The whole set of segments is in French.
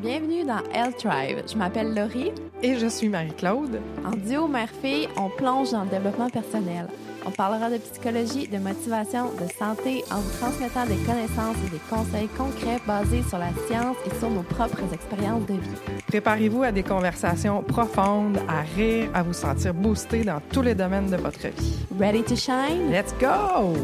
Bienvenue dans Health Thrive. Je m'appelle Laurie. Et je suis Marie-Claude. En duo mère-fille, on plonge dans le développement personnel. On parlera de psychologie, de motivation, de santé en vous transmettant des connaissances et des conseils concrets basés sur la science et sur nos propres expériences de vie. Préparez-vous à des conversations profondes, à rire, à vous sentir boosté dans tous les domaines de votre vie. Ready to shine? Let's go!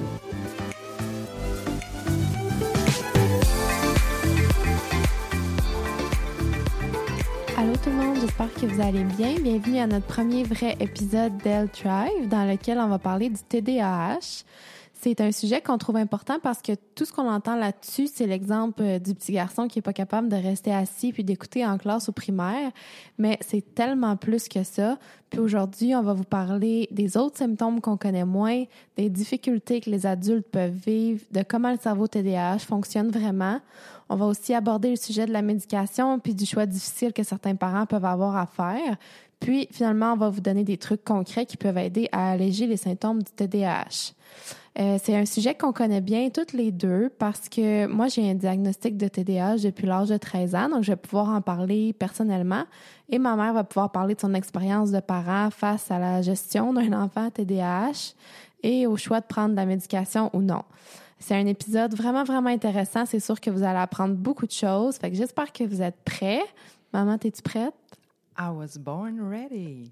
Allô tout le monde, j'espère que vous allez bien. Bienvenue à notre premier vrai épisode d'Health Thrive dans lequel on va parler du TDAH. C'est un sujet qu'on trouve important parce que tout ce qu'on entend là-dessus, c'est l'exemple du petit garçon qui est pas capable de rester assis puis d'écouter en classe au primaire. Mais c'est tellement plus que ça. Puis aujourd'hui, on va vous parler des autres symptômes qu'on connaît moins, des difficultés que les adultes peuvent vivre, de comment le cerveau TDAH fonctionne vraiment. On va aussi aborder le sujet de la médication puis du choix difficile que certains parents peuvent avoir à faire. Puis finalement, on va vous donner des trucs concrets qui peuvent aider à alléger les symptômes du TDAH. C'est un sujet qu'on connaît bien toutes les deux parce que moi, j'ai un diagnostic de TDAH depuis l'âge de 13 ans, donc je vais pouvoir en parler personnellement et ma mère va pouvoir parler de son expérience de parent face à la gestion d'un enfant TDAH et au choix de prendre de la médication ou non. C'est un épisode vraiment, vraiment intéressant. C'est sûr que vous allez apprendre beaucoup de choses. Fait que j'espère que vous êtes prêts. Maman, es-tu prête? I was born ready.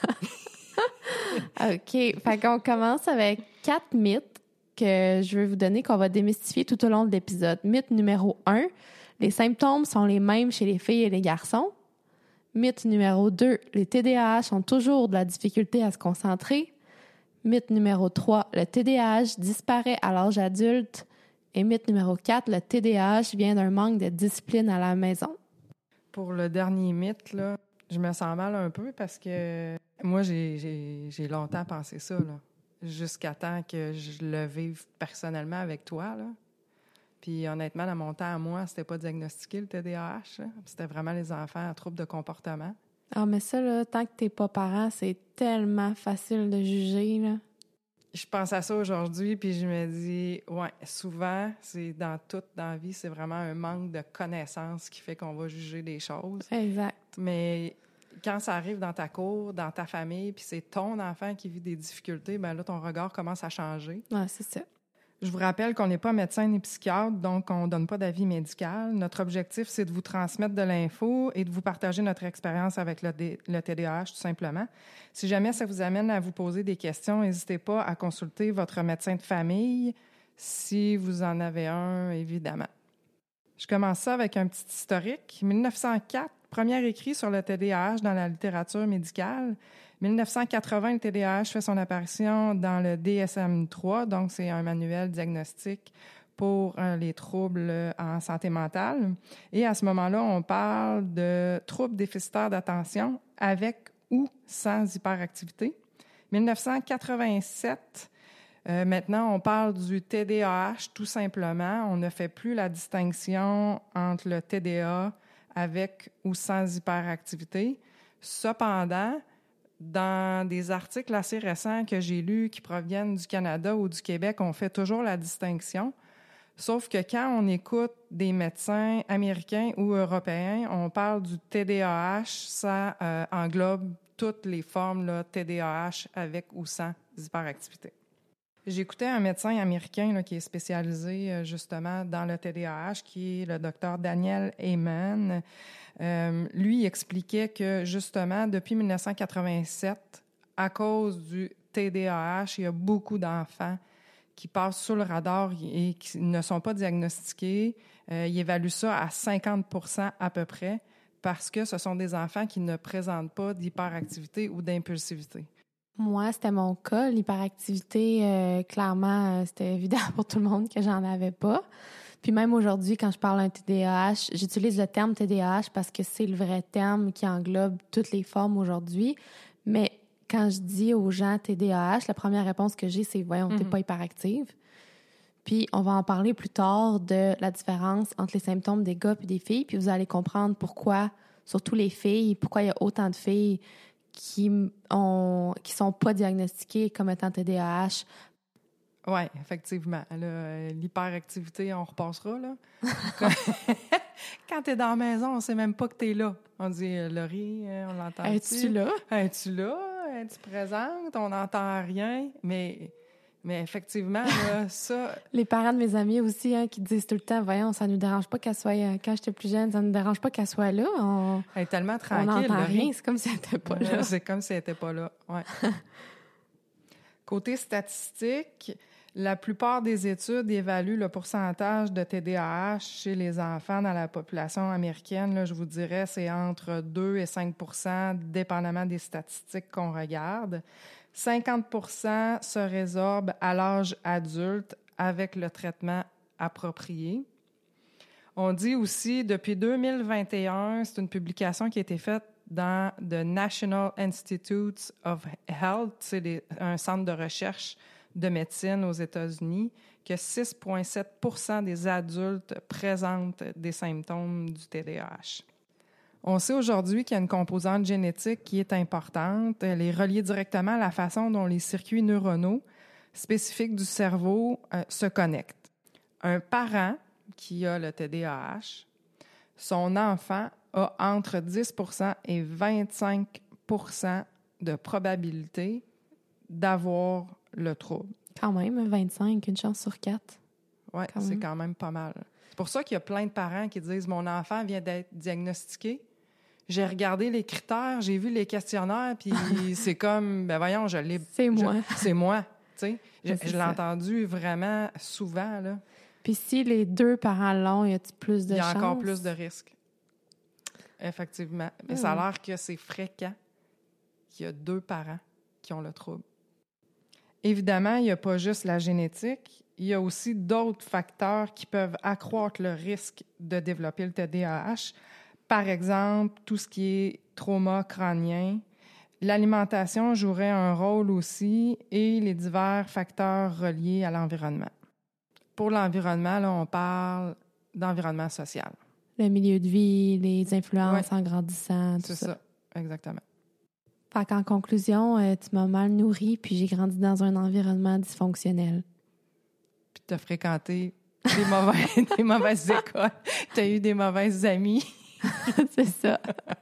OK. Fait qu'on commence avec 4 mythes que je veux vous donner, qu'on va démystifier tout au long de l'épisode. Mythe numéro 1, les symptômes sont les mêmes chez les filles et les garçons. Mythe numéro 2, les TDAH ont toujours de la difficulté à se concentrer. Mythe numéro 3, le TDAH disparaît à l'âge adulte. Et mythe numéro 4, le TDAH vient d'un manque de discipline à la maison. Pour le dernier mythe, là, je me sens mal un peu parce que moi, j'ai longtemps pensé ça, là, jusqu'à temps que je le vive personnellement avec toi, là. Puis honnêtement, dans mon temps à moi, c'était pas diagnostiqué le TDAH, là. C'était vraiment les enfants à troubles de comportement. Ah, mais ça, là, tant que t'es pas parent, c'est tellement facile de juger, là. Je pense à ça aujourd'hui, puis je me dis, ouais, souvent, c'est dans la vie, c'est vraiment un manque de connaissances qui fait qu'on va juger des choses. Exact. Mais quand ça arrive dans ta cour, dans ta famille, puis c'est ton enfant qui vit des difficultés, bien là, ton regard commence à changer. Ouais, c'est ça. Je vous rappelle qu'on n'est pas médecin ni psychiatre, donc on ne donne pas d'avis médical. Notre objectif, c'est de vous transmettre de l'info et de vous partager notre expérience avec le TDAH, tout simplement. Si jamais ça vous amène à vous poser des questions, n'hésitez pas à consulter votre médecin de famille, si vous en avez un, évidemment. Je commence ça avec un petit historique. 1904, premier écrit sur le TDAH dans la littérature médicale. 1980, le TDAH fait son apparition dans le DSM-3, donc c'est un manuel diagnostique pour les troubles en santé mentale. Et à ce moment-là, on parle de troubles déficitaires d'attention avec ou sans hyperactivité. 1987, maintenant, on parle du TDAH tout simplement. On ne fait plus la distinction entre le TDA avec ou sans hyperactivité. Cependant, dans des articles assez récents que j'ai lus qui proviennent du Canada ou du Québec, on fait toujours la distinction. Sauf que quand on écoute des médecins américains ou européens, on parle du TDAH, ça englobe toutes les formes là, TDAH avec ou sans hyperactivité. J'écoutais un médecin américain là, qui est spécialisé justement dans le TDAH, qui est le docteur Daniel Amen. Lui, il expliquait que justement, depuis 1987, à cause du TDAH, il y a beaucoup d'enfants qui passent sous le radar et qui ne sont pas diagnostiqués. Il évalue ça à 50% à peu près parce que ce sont des enfants qui ne présentent pas d'hyperactivité ou d'impulsivité. Moi, c'était mon cas. L'hyperactivité, clairement, c'était évident pour tout le monde que j'en avais pas. Puis même aujourd'hui, quand je parle d'un TDAH, j'utilise le terme TDAH parce que c'est le vrai terme qui englobe toutes les formes aujourd'hui. Mais quand je dis aux gens TDAH, la première réponse que j'ai, c'est « Voyons, t'es pas hyperactive ». Puis on va en parler plus tard de la différence entre les symptômes des gars et des filles. Puis vous allez comprendre pourquoi, surtout les filles, pourquoi il y a autant de filles qui sont pas diagnostiquées comme étant TDAH. Oui, effectivement. Là, l'hyperactivité, on repassera, là. Quand t'es dans la maison, on sait même pas que t'es là. On dit « Laurie, on l'entend. Es-tu là? Es-tu là? Es-tu présente? On n'entend rien. » Mais effectivement, là, ça... Les parents de mes amis aussi, hein, qui disent tout le temps, voyons, ça nous dérange pas qu'elle soit, quand j'étais plus jeune, ça nous dérange pas qu'elle soit là. Elle est tellement tranquille. On n'entend Laurie. rien, c'est comme si elle était pas là. C'est comme si elle était pas là, ouais. Côté statistique, la plupart des études évaluent le pourcentage de TDAH chez les enfants dans la population américaine. Là, je vous dirais, c'est entre 2 et 5 %, dépendamment des statistiques qu'on regarde. 50 % se résorbent à l'âge adulte avec le traitement approprié. On dit aussi, depuis 2021, c'est une publication qui a été faite dans The National Institutes of Health, c'est un centre de recherche de médecine aux États-Unis, que 6,7 % des adultes présentent des symptômes du TDAH. On sait aujourd'hui qu'il y a une composante génétique qui est importante. Elle est reliée directement à la façon dont les circuits neuronaux spécifiques du cerveau se connectent. Un parent qui a le TDAH, son enfant a entre 10 % et 25 % de probabilité d'avoir le trouble. Quand même, 25, une chance sur 4. Oui, c'est quand même pas mal. C'est pour ça qu'il y a plein de parents qui disent « Mon enfant vient d'être diagnostiqué. J'ai regardé les critères, j'ai vu les questionnaires, puis c'est comme, ben voyons, je l'ai... C'est moi. C'est moi, tu sais. Je l'ai entendu vraiment souvent, là. Puis si les deux parents l'ont, y a-t-il plus de chances? Il y a encore plus de risques. Effectivement. Mais ça a l'air que c'est fréquent qu'il y a 2 parents qui ont le trouble. Évidemment, il n'y a pas juste la génétique. Il y a aussi d'autres facteurs qui peuvent accroître le risque de développer le TDAH. Par exemple, tout ce qui est trauma crânien. L'alimentation jouerait un rôle aussi et les divers facteurs reliés à l'environnement. Pour l'environnement, là, on parle d'environnement social. Le milieu de vie, les influences en grandissant, tout ça. C'est ça, exactement. Fait qu'en conclusion, tu m'as mal nourri puis j'ai grandi dans un environnement dysfonctionnel. Puis tu as fréquenté des mauvaises écoles. Tu as eu des mauvaises amies. C'est ça.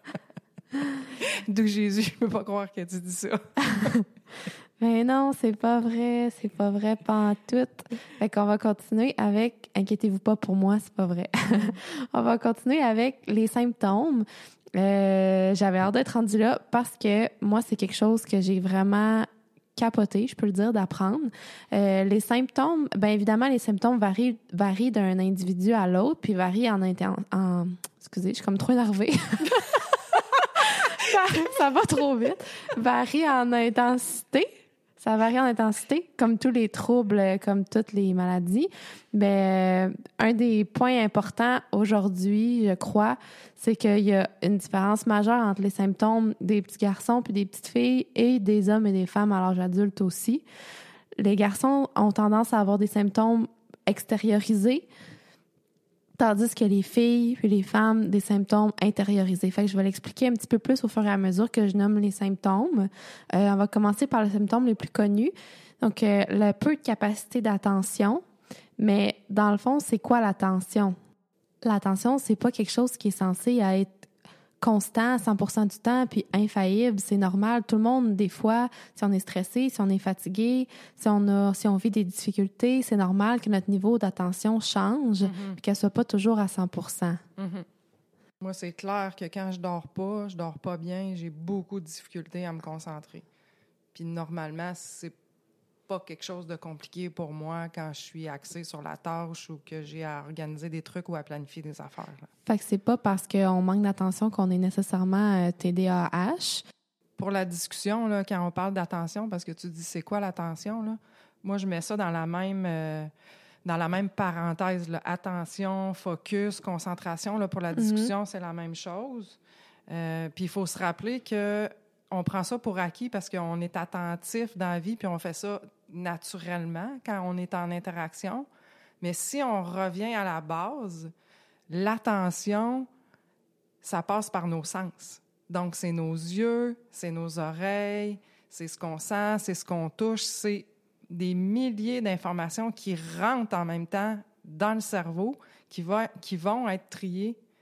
D'où Jésus, je peux pas croire que tu dis ça. Mais non, c'est pas vrai pas en tout. Fait qu'on va continuer avec, inquiétez-vous pas pour moi, c'est pas vrai. On va continuer avec les symptômes. J'avais hâte d'être rendue là parce que moi, c'est quelque chose que j'ai vraiment capoté, je peux le dire, d'apprendre. Les symptômes, bien évidemment, les symptômes varient d'un individu à l'autre, puis varient excusez, je suis comme trop énervée. Ça va trop vite. Varie en intensité. Ça varie en intensité, comme tous les troubles, comme toutes les maladies. Mais un des points importants aujourd'hui, je crois, c'est qu'il y a une différence majeure entre les symptômes des petits garçons puis des petites filles et des hommes et des femmes à l'âge adulte aussi. Les garçons ont tendance à avoir des symptômes extériorisés, tandis que les filles puis les femmes, des symptômes intériorisés. Fait que je vais l'expliquer un petit peu plus au fur et à mesure que je nomme les symptômes. On va commencer par les symptômes les plus connus. Donc, le peu de capacité d'attention. Mais dans le fond, c'est quoi l'attention? L'attention, c'est pas quelque chose qui est censé être constant 100% du temps puis infaillible, c'est normal. Tout le monde, des fois, si on est stressé, si on est fatigué, si on vit des difficultés, c'est normal que notre niveau d'attention change puis qu'elle soit pas toujours à 100%. Moi, c'est clair que quand je dors pas bien, j'ai beaucoup de difficultés à me concentrer. Puis normalement, c'est pas quelque chose de compliqué pour moi quand je suis axée sur la tâche ou que j'ai à organiser des trucs ou à planifier des affaires. Là. Fait que c'est pas parce qu'on manque d'attention qu'on est nécessairement TDAH. Pour la discussion, là, quand on parle d'attention, parce que tu dis c'est quoi l'attention, là? Moi, je mets ça dans la même parenthèse. Là. Attention, focus, concentration. Là, pour la discussion, c'est la même chose. Puis il faut se rappeler que on prend ça pour acquis parce qu'on est attentif dans la vie puis on fait ça naturellement quand on est en interaction. Mais si on revient à la base, l'attention, ça passe par nos sens. Donc, c'est nos yeux, c'est nos oreilles, c'est ce qu'on sent, c'est ce qu'on touche. C'est des milliers d'informations qui rentrent en même temps dans le cerveau qui vont être triées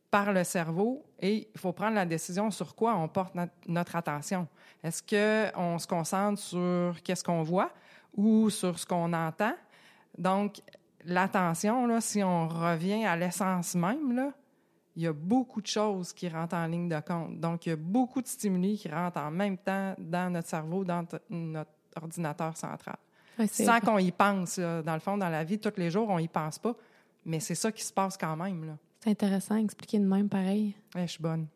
par le cerveau et il faut prendre la décision sur quoi on porte notre attention. Est-ce qu'on se concentre sur qu'est-ce qu'on voit ou sur ce qu'on entend? Donc, l'attention, là, si on revient à l'essence même, là, il y a beaucoup de choses qui rentrent en ligne de compte. Donc, il y a beaucoup de stimuli qui rentrent en même temps dans notre cerveau, dans notre ordinateur central. Ouais, sans qu'on y pense. Là. Dans le fond, dans la vie, tous les jours, on y pense pas. Mais c'est ça qui se passe quand même. Là. C'est intéressant, expliquer de même, pareil. Ouais, je suis bonne.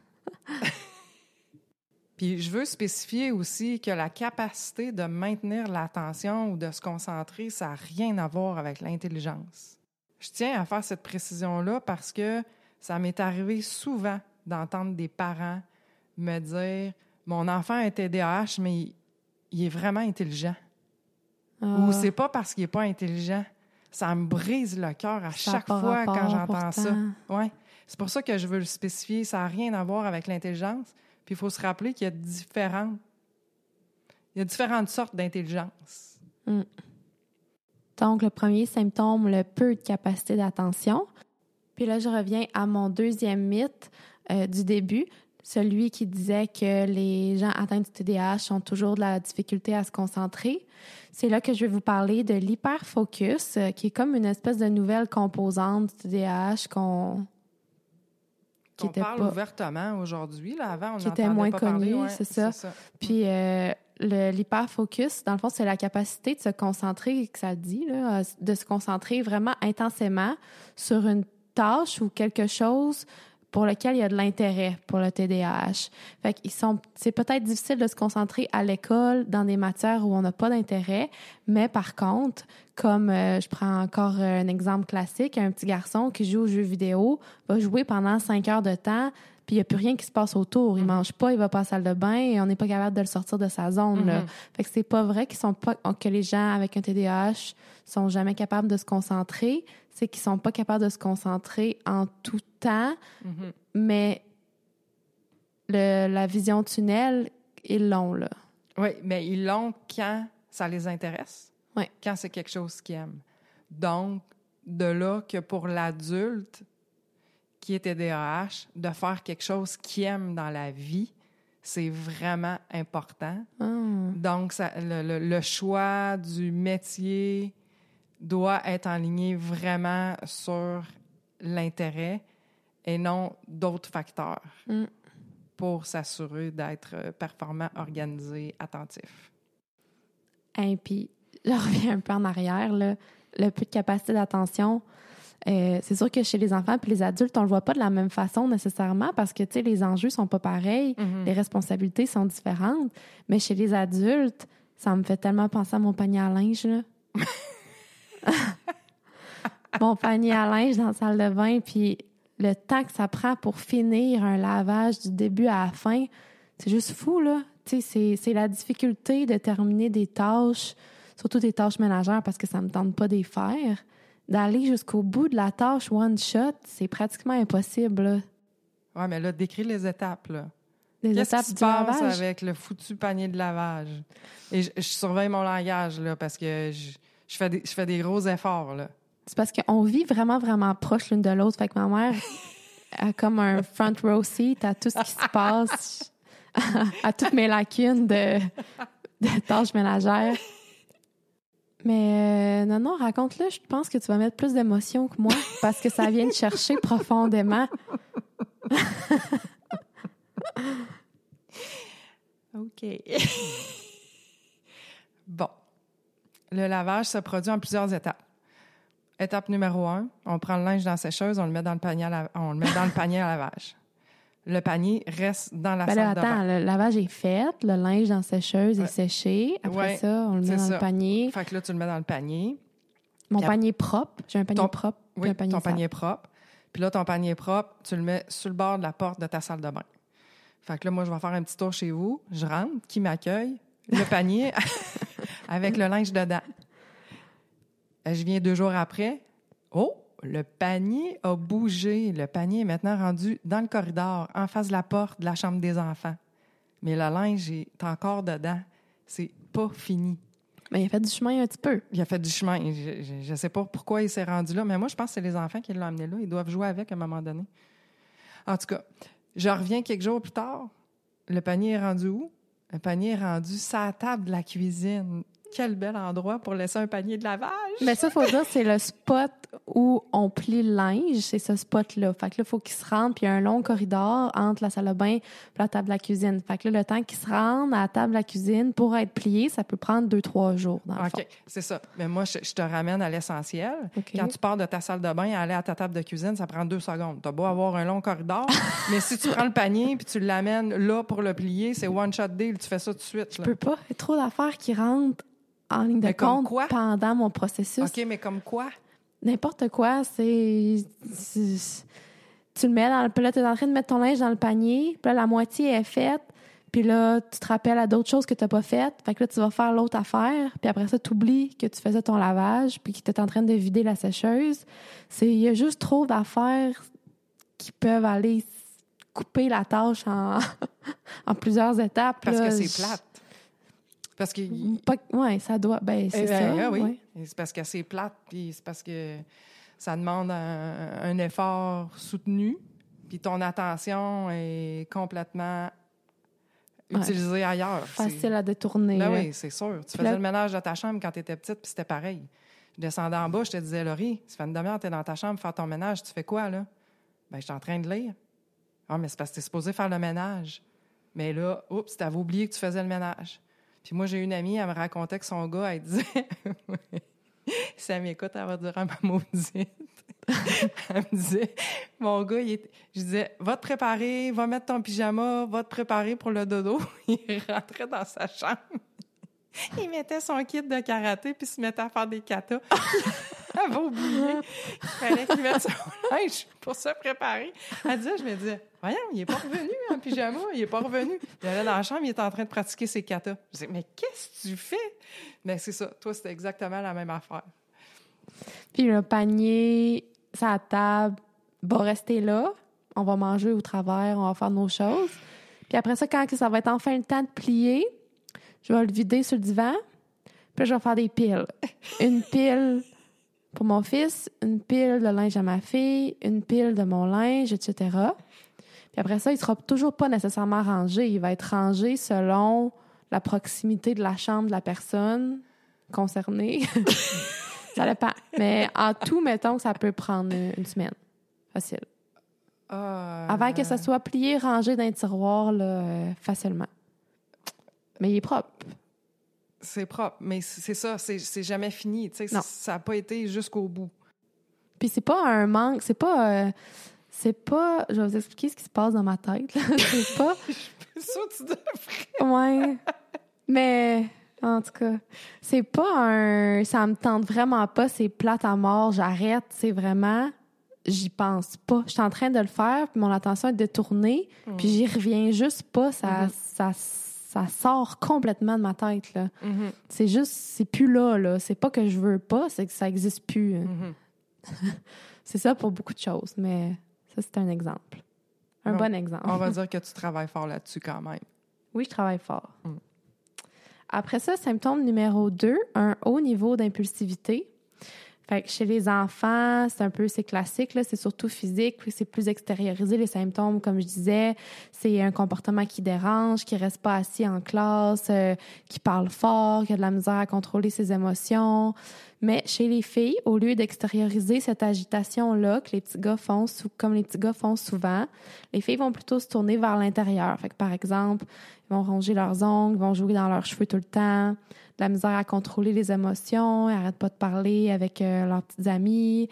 Puis je veux spécifier aussi que la capacité de maintenir l'attention ou de se concentrer, ça n'a rien à voir avec l'intelligence. Je tiens à faire cette précision-là parce que ça m'est arrivé souvent d'entendre des parents me dire « Mon enfant est TDAH, mais il est vraiment intelligent. » Ou « C'est pas parce qu'il n'est pas intelligent. » Ça me brise le cœur à chaque fois quand j'entends ça. Ouais. C'est pour ça que je veux le spécifier. Ça n'a rien à voir avec l'intelligence. Puis il faut se rappeler qu'il y a différentes sortes d'intelligence. Mm. Donc, le premier symptôme, le peu de capacité d'attention. Puis là, je reviens à mon deuxième mythe du début, celui qui disait que les gens atteints du TDAH ont toujours de la difficulté à se concentrer. C'est là que je vais vous parler de l'hyperfocus, qui est comme une espèce de nouvelle composante du TDAH qu'on parle ouvertement aujourd'hui. Là, avant, on qui était moins connu, ouais, c'est ça. Puis l'hyperfocus, dans le fond, c'est la capacité de se concentrer, que ça dit, là, de se concentrer vraiment intensément sur une tâche ou quelque chose pour lequel il y a de l'intérêt pour le TDAH. Fait c'est peut-être difficile de se concentrer à l'école dans des matières où on n'a pas d'intérêt, mais par contre, comme je prends encore un exemple classique, un petit garçon qui joue aux jeux vidéo va jouer pendant 5 heures de temps, puis il n'y a plus rien qui se passe autour. Il mange pas, il va pas à la salle de bain et on n'est pas capable de le sortir de sa zone. Là. Fait que c'est pas vrai que les gens avec un TDAH sont jamais capables de se concentrer. C'est qu'ils sont pas capables de se concentrer en tout temps, mais la vision tunnel, ils l'ont, là. Oui, mais ils l'ont quand ça les intéresse, ouais. Quand c'est quelque chose qu'ils aiment. Donc, de là que pour l'adulte qui est TDAH, de faire quelque chose qu'il aime dans la vie, c'est vraiment important. Donc, le choix du métier doit être aligné vraiment sur l'intérêt et non d'autres facteurs pour s'assurer d'être performant, organisé, attentif. Et puis, je reviens un peu en arrière, là. Le peu de capacité d'attention, c'est sûr que chez les enfants puis les adultes, on le voit pas de la même façon nécessairement parce que, tu sais, les enjeux sont pas pareils, les responsabilités sont différentes. Mais chez les adultes, ça me fait tellement penser à mon panier à linge, là. Mon panier à linge dans la salle de bain, puis le temps que ça prend pour finir un lavage du début à la fin, c'est juste fou, là. Tu sais, c'est la difficulté de terminer des tâches, surtout des tâches ménagères parce que ça me tente pas de les faire. D'aller jusqu'au bout de la tâche one shot, c'est pratiquement impossible, là. Ouais, mais là, décris les étapes, là. Qu'est-ce qui se passe avec le foutu panier de lavage? Et je surveille mon langage, là, parce que je fais des gros efforts, là. C'est parce qu'on vit vraiment, vraiment proche l'une de l'autre. Fait que ma mère a comme un front row seat à tout ce qui se passe, à toutes mes lacunes de tâches ménagères. Mais non, raconte-le. Je pense que tu vas mettre plus d'émotion que moi parce que ça vient te chercher profondément. OK. Bon. Le lavage se produit en plusieurs étapes. Étape numéro 1, on prend le linge dans la sécheuse, on le met dans le panier à lavage. Le panier reste dans la salle de bain. Attends, le lavage est fait, le linge dans la sécheuse est séché. Après ça, on le met dans le panier. Fait que là, tu le mets dans le panier. Mon panier propre. J'ai un panier propre. Oui, un panier ton panier propre. Puis là, ton panier propre, tu le mets sur le bord de la porte de ta salle de bain. Fait que là, moi, je vais faire un petit tour chez vous. Je rentre. Qui m'accueille? Le panier avec le linge dedans. Je viens 2 jours après. Oh! Le panier a bougé. Le panier est maintenant rendu dans le corridor, en face de la porte de la chambre des enfants. Mais le linge est encore dedans. C'est pas fini. Mais il a fait du chemin un petit peu. Il a fait du chemin. Je sais pas pourquoi il s'est rendu là, mais moi, je pense que c'est les enfants qui l'ont amené là. Ils doivent jouer avec à un moment donné. En tout cas, je reviens quelques jours plus tard. Le panier est rendu où? Le panier est rendu sur la table de la cuisine. Quel bel endroit pour laisser un panier de lavage! Mais ça, il faut dire, c'est le spot où on plie le linge, c'est ce spot-là. Fait que là, il faut qu'il se rende, puis il y a un long corridor entre la salle de bain et la table de la cuisine. Fait que là, le temps qu'il se rende à la table de la cuisine pour être plié, ça peut prendre 2-3 jours, dans le fond. OK, c'est ça. Mais moi, je te ramène à l'essentiel. Okay. Quand tu pars de ta salle de bain et aller à ta table de cuisine, ça prend 2 secondes. Tu as beau avoir un long corridor, mais si tu prends le panier puis tu l'amènes là pour le plier, c'est one-shot deal. Tu fais ça tout de suite. Je peux pas. Il y a trop d'affaires qui rentrent en ligne de compte pendant mon processus. OK, mais comme quoi? N'importe quoi, c'est tu le mets dans le... Puis là, tu es en train de mettre ton linge dans le panier, puis là, la moitié est faite, puis là, tu te rappelles à d'autres choses que tu n'as pas faites, fait que là, tu vas faire l'autre affaire, puis après ça, tu oublies que tu faisais ton lavage, puis que tu es en train de vider la sécheuse. Il y a juste trop d'affaires qui peuvent aller couper la tâche en, en plusieurs étapes. Parce là, que c'est plate. Parce que... Oui, ça doit... Ben, c'est ça. Oui. Ouais. C'est parce que c'est plate, puis c'est parce que ça demande un effort soutenu, puis ton attention est complètement utilisée ailleurs. Facile à détourner. Ben oui, c'est sûr. Tu faisais le ménage de ta chambre quand tu étais petite, puis c'était pareil. Je descendais en bas, je te disais, Laurie, ça fait une demi-heure que tu es dans ta chambre faire ton ménage, tu fais quoi, là? Ben, je suis en train de lire. Ah, mais c'est parce que tu es supposé faire le ménage. Mais là, oups, tu avais oublié que tu faisais le ménage. Puis moi, j'ai une amie, elle me racontait que son gars, elle disait... Si elle m'écoute, elle va dire à ma maudite. Elle me disait, mon gars, je disais, va te préparer, va mettre ton pyjama, va te préparer pour le dodo. Il rentrait dans sa chambre. Il mettait son kit de karaté puis se mettait à faire des katas. Elle avait oublié qu'il fallait qu'il mette son linge pour se préparer. Elle disait, je me disais, voyons, il n'est pas revenu en pyjama, il n'est pas revenu. Il allait dans la chambre, il était en train de pratiquer ses katas. Je disais, mais qu'est-ce que tu fais? Mais c'est ça, toi, c'était exactement la même affaire. Puis le panier, sa table, va rester là. On va manger au travers, on va faire nos choses. Puis après ça, quand ça va être enfin le temps de plier, je vais le vider sur le divan. Puis là, je vais faire des piles. Une pile pour mon fils, une pile de linge à ma fille, une pile de mon linge, etc. Puis après ça, il sera toujours pas nécessairement rangé. Il va être rangé selon la proximité de la chambre de la personne concernée. Ça dépend. Mais en tout, mettons que ça peut prendre une semaine. Facile. Avant que ça soit plié, rangé dans un tiroir, là, facilement. Mais il est propre. C'est propre, mais c'est ça, c'est jamais fini. Tu sais, ça n'a pas été jusqu'au bout. Puis c'est pas un manque, c'est pas... Je vais vous expliquer ce qui se passe dans ma tête. Là. C'est pas... Ça, tu devrais. Ouais. Mais, en tout cas, c'est pas un... Ça me tente vraiment pas, c'est plate à mort, j'arrête. C'est vraiment... J'y pense pas. Je suis en train de le faire, puis mon attention est détournée, puis j'y reviens juste pas. Ça sort complètement de ma tête, là. Mm-hmm. C'est juste... C'est plus là. C'est pas que je veux pas, c'est que ça existe plus. Mm-hmm. C'est ça pour beaucoup de choses, mais ça, c'est un exemple. Un bon exemple. On va dire que tu travailles fort là-dessus quand même. Oui, je travaille fort. Après ça, symptôme numéro 2, un haut niveau d'impulsivité. Fait que chez les enfants, c'est classique, là, c'est surtout physique, puis c'est plus extériorisé, les symptômes, comme je disais. C'est un comportement qui dérange, qui reste pas assis en classe, qui parle fort, qui a de la misère à contrôler ses émotions. Mais chez les filles, au lieu d'extérioriser cette agitation-là que les petits gars font, comme les petits gars font souvent, les filles vont plutôt se tourner vers l'intérieur. Fait que, par exemple, ils vont ronger leurs ongles, ils vont jouer dans leurs cheveux tout le temps, de la misère à contrôler les émotions, ils n'arrêtent pas de parler avec leurs petites amies.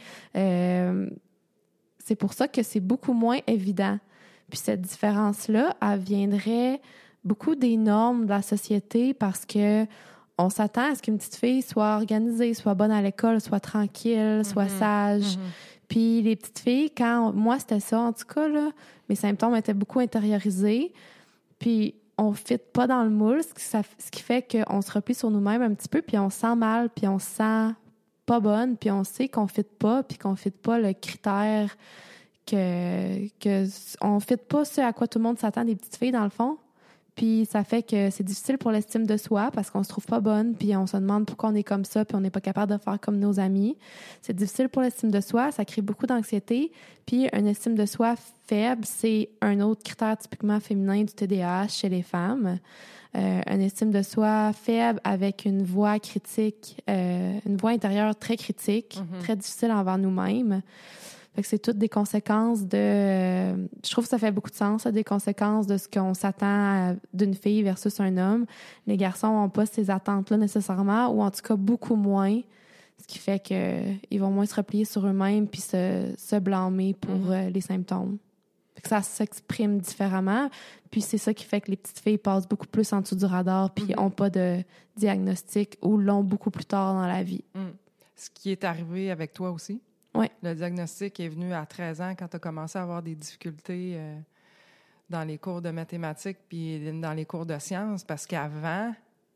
C'est pour ça que c'est beaucoup moins évident. Puis cette différence-là, elle viendrait beaucoup des normes de la société parce que on s'attend à ce qu'une petite fille soit organisée, soit bonne à l'école, soit tranquille, soit sage. Puis les petites filles, moi, c'était ça, en tout cas, là, mes symptômes étaient beaucoup intériorisés. Puis on ne fit pas dans le moule, ce qui fait qu'on se replie sur nous-mêmes un petit peu, puis on se sent mal, puis on se sent pas bonne, puis on sait qu'on ne fit pas, puis qu'on ne fit pas le critère on ne fit pas ce à quoi tout le monde s'attend des petites filles, dans le fond. Puis ça fait que c'est difficile pour l'estime de soi parce qu'on se trouve pas bonne, puis on se demande pourquoi on est comme ça, puis on n'est pas capable de faire comme nos amis. C'est difficile pour l'estime de soi, ça crée beaucoup d'anxiété. Puis une estime de soi faible, c'est un autre critère typiquement féminin du TDAH chez les femmes. Une estime de soi faible avec une voix critique, une voix intérieure très critique, très difficile envers nous-mêmes. Fait que c'est toutes des conséquences de... je trouve que ça fait beaucoup de sens, des conséquences de ce qu'on s'attend d'une fille versus un homme. Les garçons n'ont pas ces attentes-là nécessairement, ou en tout cas beaucoup moins, ce qui fait qu'ils vont moins se replier sur eux-mêmes puis se blâmer pour les symptômes. Fait que ça s'exprime différemment, puis c'est ça qui fait que les petites filles passent beaucoup plus en dessous du radar puis n'ont pas de diagnostic ou l'ont beaucoup plus tard dans la vie. Ce qui est arrivé avec toi aussi? Oui. Le diagnostic est venu à 13 ans quand tu as commencé à avoir des difficultés dans les cours de mathématiques puis dans les cours de sciences, parce qu'avant,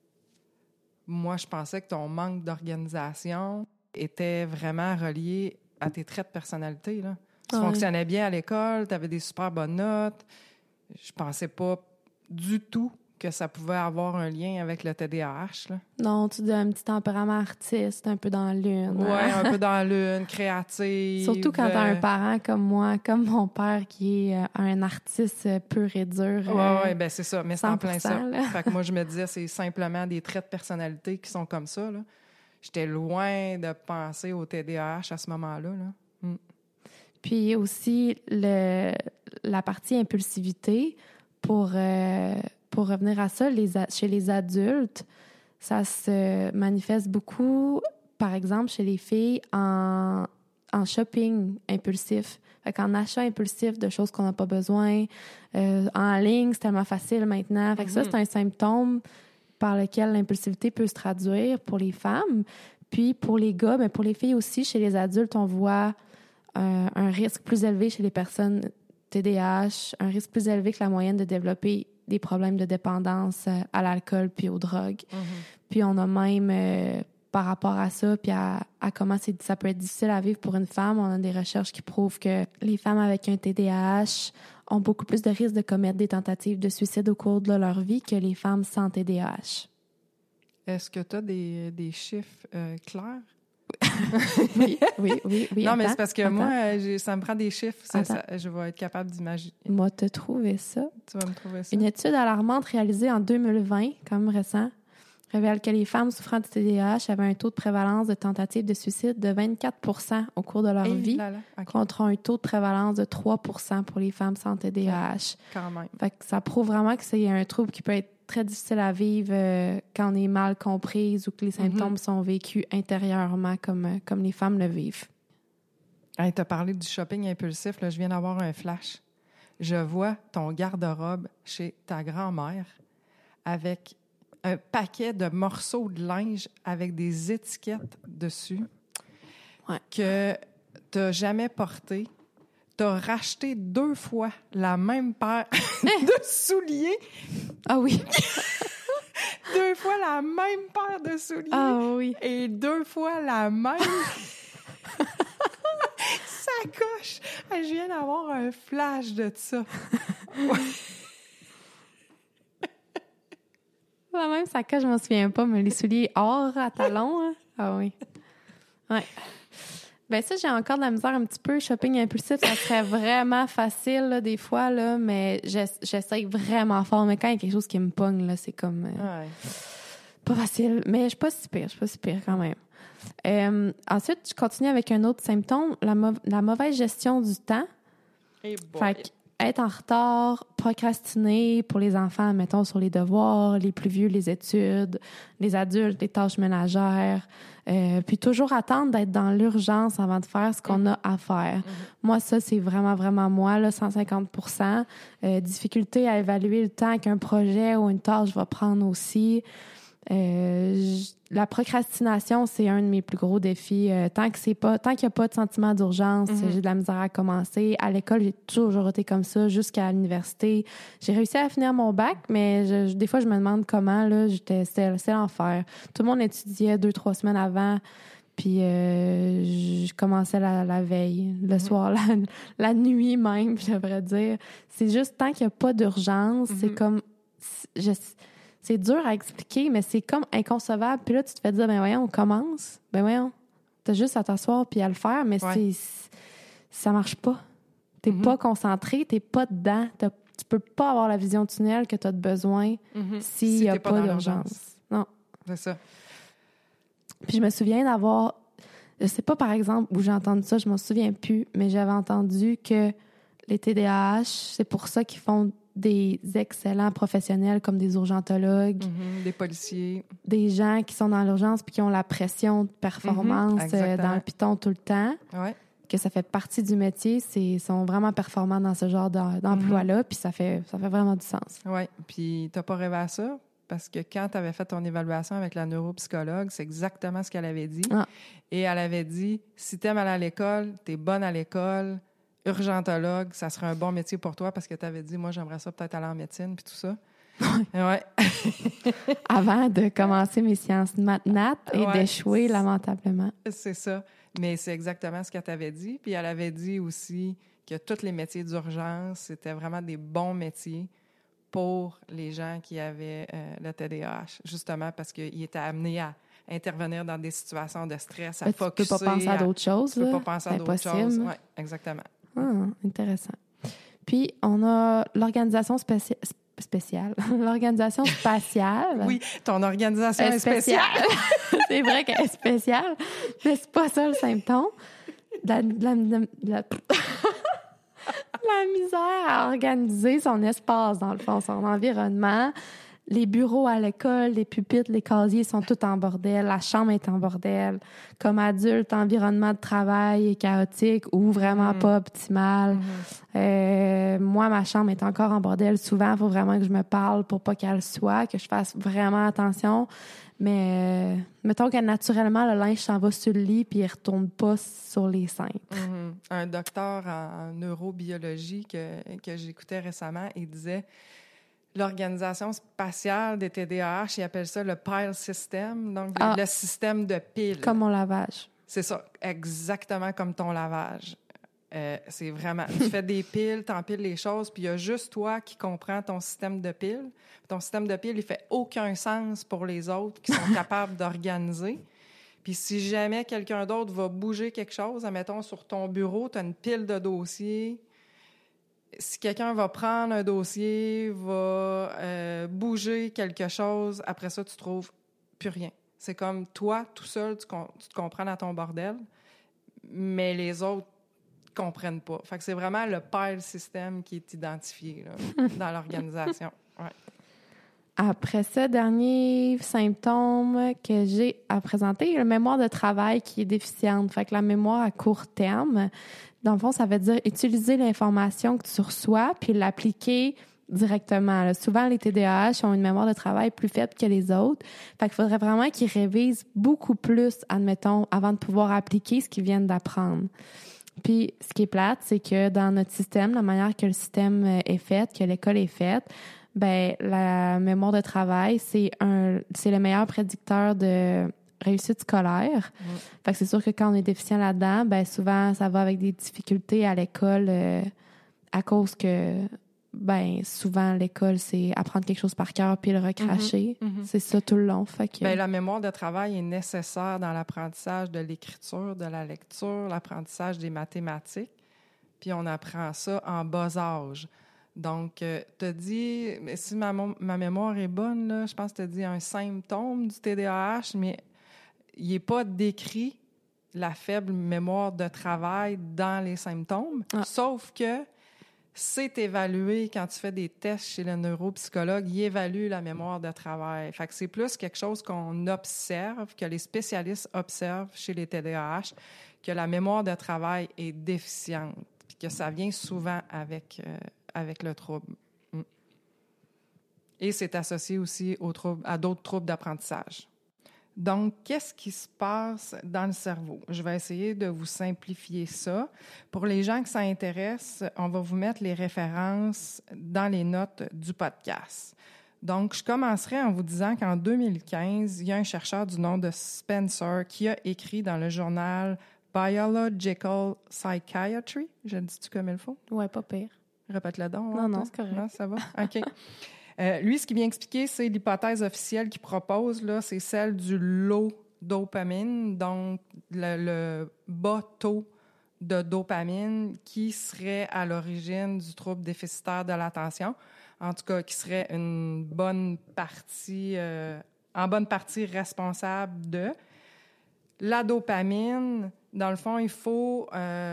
moi, je pensais que ton manque d'organisation était vraiment relié à tes traits de personnalité, là. Tu fonctionnais bien à l'école, tu avais des super bonnes notes. Je pensais pas du tout que ça pouvait avoir un lien avec le TDAH, là. Non, tu dis un petit tempérament artiste, un peu dans la lune. Oui, un peu dans la lune, créative. Surtout quand t'as un parent comme moi, comme mon père, qui est un artiste pur et dur. Oui, bien c'est ça, mais c'est en plein ça. Fait que moi, je me disais, c'est simplement des traits de personnalité qui sont comme ça, là. J'étais loin de penser au TDAH à ce moment-là, là. Puis aussi, la partie impulsivité, pour revenir à ça, chez les adultes, ça se manifeste beaucoup, par exemple, chez les filles, en shopping impulsif. Fait qu'en achat impulsif de choses qu'on n'a pas besoin. En ligne, c'est tellement facile maintenant. Fait que ça, c'est un symptôme par lequel l'impulsivité peut se traduire pour les femmes. Puis pour les gars, mais pour les filles aussi, chez les adultes, on voit un risque plus élevé chez les personnes TDAH, un risque plus élevé que la moyenne de développer des problèmes de dépendance à l'alcool puis aux drogues. Puis on a même, par rapport à ça, puis à comment ça peut être difficile à vivre pour une femme, on a des recherches qui prouvent que les femmes avec un TDAH ont beaucoup plus de risques de commettre des tentatives de suicide au cours de leur vie que les femmes sans TDAH. Est-ce que tu as des chiffres clairs? Oui. Non, mais c'est parce que moi, ça me prend des chiffres. Je vais être capable d'imaginer. Moi, te trouver ça. Tu vas me trouver ça. Une étude alarmante réalisée en 2020, quand même récent, révèle que les femmes souffrant de TDAH avaient un taux de prévalence de tentatives de suicide de 24 % au cours de leur vie, contre un taux de prévalence de 3 % pour les femmes sans TDAH. Quand même. Fait que ça prouve vraiment que c'est un trouble qui peut être très difficile à vivre quand on est mal comprise ou que les symptômes sont vécus intérieurement comme les femmes le vivent. Hey, tu as parlé du shopping impulsif. Là, je viens d'avoir un flash. Je vois ton garde-robe chez ta grand-mère avec un paquet de morceaux de linge avec des étiquettes dessus que tu n'as jamais porté. Tu as racheté 2 fois la même paire de souliers. Ah oui. 2 fois la même paire de souliers. Ah oui. Et 2 fois la même sacoche. Je viens d'avoir un flash de ça. La même sacoche, je m'en souviens pas, mais les souliers or à talons. Hein? Ah oui. Ouais. Ben ça, j'ai encore de la misère un petit peu. Shopping impulsif, ça serait vraiment facile là, des fois, là, mais j'essaye vraiment fort. Mais quand il y a quelque chose qui me pogne, là, c'est comme pas facile. Mais je suis pas si pire quand même. Ensuite, je continue avec un autre symptôme, la mauvaise gestion du temps. Hey boy. Fait être en retard, procrastiner pour les enfants, mettons, sur les devoirs, les plus vieux, les études, les adultes, les tâches ménagères, puis toujours attendre d'être dans l'urgence avant de faire ce qu'on a à faire. Moi, ça, c'est vraiment, vraiment moi, là, 150 %. Difficulté à évaluer le temps qu'un projet ou une tâche va prendre aussi. La procrastination, c'est un de mes plus gros défis. Tant qu'il n'y a pas de sentiment d'urgence, j'ai de la misère à commencer. À l'école, j'ai toujours été comme ça jusqu'à l'université. J'ai réussi à finir mon bac, mais des fois, je me demande comment. Là, c'est l'enfer. Tout le monde étudiait 2-3 semaines avant. Puis je commençais la veille, le soir, la nuit même, je devrais dire. C'est juste tant qu'il n'y a pas d'urgence, c'est comme c'est dur à expliquer, mais c'est comme inconcevable. Puis là, tu te fais dire, ben voyons, on commence. Ben voyons, t'as juste à t'asseoir puis à le faire, mais ça marche pas. T'es pas concentré, t'es pas dedans. Tu peux pas avoir la vision tunnel que t'as de besoin s'il y a pas d'urgence. Non. C'est ça. Puis je me souviens d'avoir... Je sais pas, par exemple, où j'ai entendu ça, je m'en souviens plus, mais j'avais entendu que les TDAH, c'est pour ça qu'ils font des excellents professionnels comme des urgentologues, des policiers, des gens qui sont dans l'urgence puis qui ont la pression de performance dans le piton tout le temps, que ça fait partie du métier, ils sont vraiment performants dans ce genre d'emploi-là, puis ça fait vraiment du sens. Oui, puis t'as pas rêvé à ça? Parce que quand tu avais fait ton évaluation avec la neuropsychologue, c'est exactement ce qu'elle avait dit. Ah. Et elle avait dit, si tu aimes aller à l'école, tu es bonne à l'école, urgentologue, ça serait un bon métier pour toi parce que tu avais dit, moi, j'aimerais ça peut-être aller en médecine, puis tout ça. Ouais. Avant de commencer mes sciences nat et d'échouer lamentablement. C'est ça. Mais c'est exactement ce qu'elle t'avait dit. Puis elle avait dit aussi que tous les métiers d'urgence, c'était vraiment des bons métiers pour les gens qui avaient le TDAH, justement parce qu'ils étaient amenés à intervenir dans des situations de stress, à focusser. Tu peux pas penser à d'autres choses. Tu peux pas penser à d'autres choses. Oui, exactement. Ah, intéressant. Puis, on a l'organisation spéciale. L'organisation spatiale. Oui, ton organisation est spéciale. C'est vrai qu'elle est spéciale, mais c'est pas ça le symptôme. La misère à organiser son espace, dans le fond, son environnement. Les bureaux à l'école, les pupitres, les casiers sont tout en bordel. La chambre est en bordel. Comme adulte, l'environnement de travail est chaotique ou vraiment pas optimal. Moi, ma chambre est encore en bordel. Souvent, il faut vraiment que je me parle pour pas qu'elle soit, que je fasse vraiment attention. Mais mettons que naturellement, le linge s'en va sur le lit puis il retourne pas sur les cintres. Un docteur en neurobiologie que j'écoutais récemment, il disait l'organisation spatiale des TDAH, il appelle ça le pile system, donc le système de piles. Comme mon lavage. C'est ça, exactement comme ton lavage. C'est vraiment... Tu fais des piles, t'empiles les choses, puis il y a juste toi qui comprends ton système de piles. Ton système de piles, il fait aucun sens pour les autres qui sont capables d'organiser. Puis si jamais quelqu'un d'autre va bouger quelque chose, admettons, sur ton bureau, tu as une pile de dossiers. Si quelqu'un va prendre un dossier, va bouger quelque chose, après ça, tu trouves plus rien. C'est comme toi, tout seul, tu te comprends dans ton bordel, mais les autres comprennent pas. Fait que c'est vraiment le pile system qui est identifié là, dans l'organisation. Ouais. Après ça, dernier symptôme que j'ai à présenter, la mémoire de travail qui est déficiente. Fait que la mémoire à court terme, dans le fond, ça veut dire utiliser l'information que tu reçois puis l'appliquer directement. Là. Souvent, les TDAH ont une mémoire de travail plus faible que les autres. Fait qu'il faudrait vraiment qu'ils révisent beaucoup plus, admettons, avant de pouvoir appliquer ce qu'ils viennent d'apprendre. Puis, ce qui est plate, c'est que dans notre système, la manière que le système est fait, que l'école est faite, ben la mémoire de travail, c'est le meilleur prédicteur de réussite scolaire. Fait que c'est sûr que quand on est déficient là-dedans, ben souvent, ça va avec des difficultés à l'école à cause que, ben souvent, l'école, c'est apprendre quelque chose par cœur puis le recracher. C'est ça tout le long. Fait que... Ben, la mémoire de travail est nécessaire dans l'apprentissage de l'écriture, de la lecture, l'apprentissage des mathématiques. Puis on apprend ça en bas âge. Donc, tu as dit, si ma mémoire est bonne, là, je pense que tu as dit un symptôme du TDAH, mais il n'est pas décrit la faible mémoire de travail dans les symptômes, sauf que c'est évalué quand tu fais des tests chez le neuropsychologue, il évalue la mémoire de travail. Fait que c'est plus quelque chose qu'on observe, que les spécialistes observent chez les TDAH, que la mémoire de travail est déficiente, puis que ça vient souvent avec le trouble. Et c'est associé aussi à d'autres troubles d'apprentissage. Donc, qu'est-ce qui se passe dans le cerveau? Je vais essayer de vous simplifier ça. Pour les gens que ça intéresse, on va vous mettre les références dans les notes du podcast. Donc, je commencerai en vous disant qu'en 2015, il y a un chercheur du nom de Spencer qui a écrit dans le journal Biological Psychiatry. Je le dis-tu comme il faut? Ouais, pas pire. Répète-le donc. Non, c'est correct. Non, ça va? OK. Lui, ce qu'il vient expliquer, c'est l'hypothèse officielle qu'il propose, là, c'est celle du low dopamine, donc le bas taux de dopamine qui serait à l'origine du trouble déficitaire de l'attention, en tout cas qui serait en bonne partie responsable de. La dopamine, dans le fond, il faut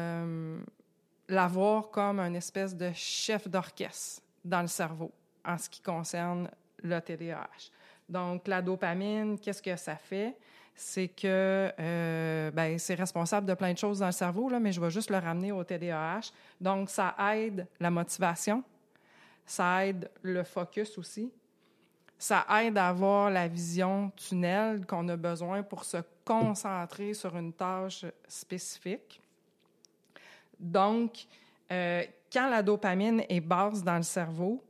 l'avoir comme une espèce de chef d'orchestre dans le cerveau en ce qui concerne le TDAH. Donc, la dopamine, qu'est-ce que ça fait? C'est que c'est responsable de plein de choses dans le cerveau, là, mais je vais juste le ramener au TDAH. Donc, ça aide la motivation, ça aide le focus aussi, ça aide à avoir la vision tunnel qu'on a besoin pour se concentrer sur une tâche spécifique. Donc, quand la dopamine est basse dans le cerveau,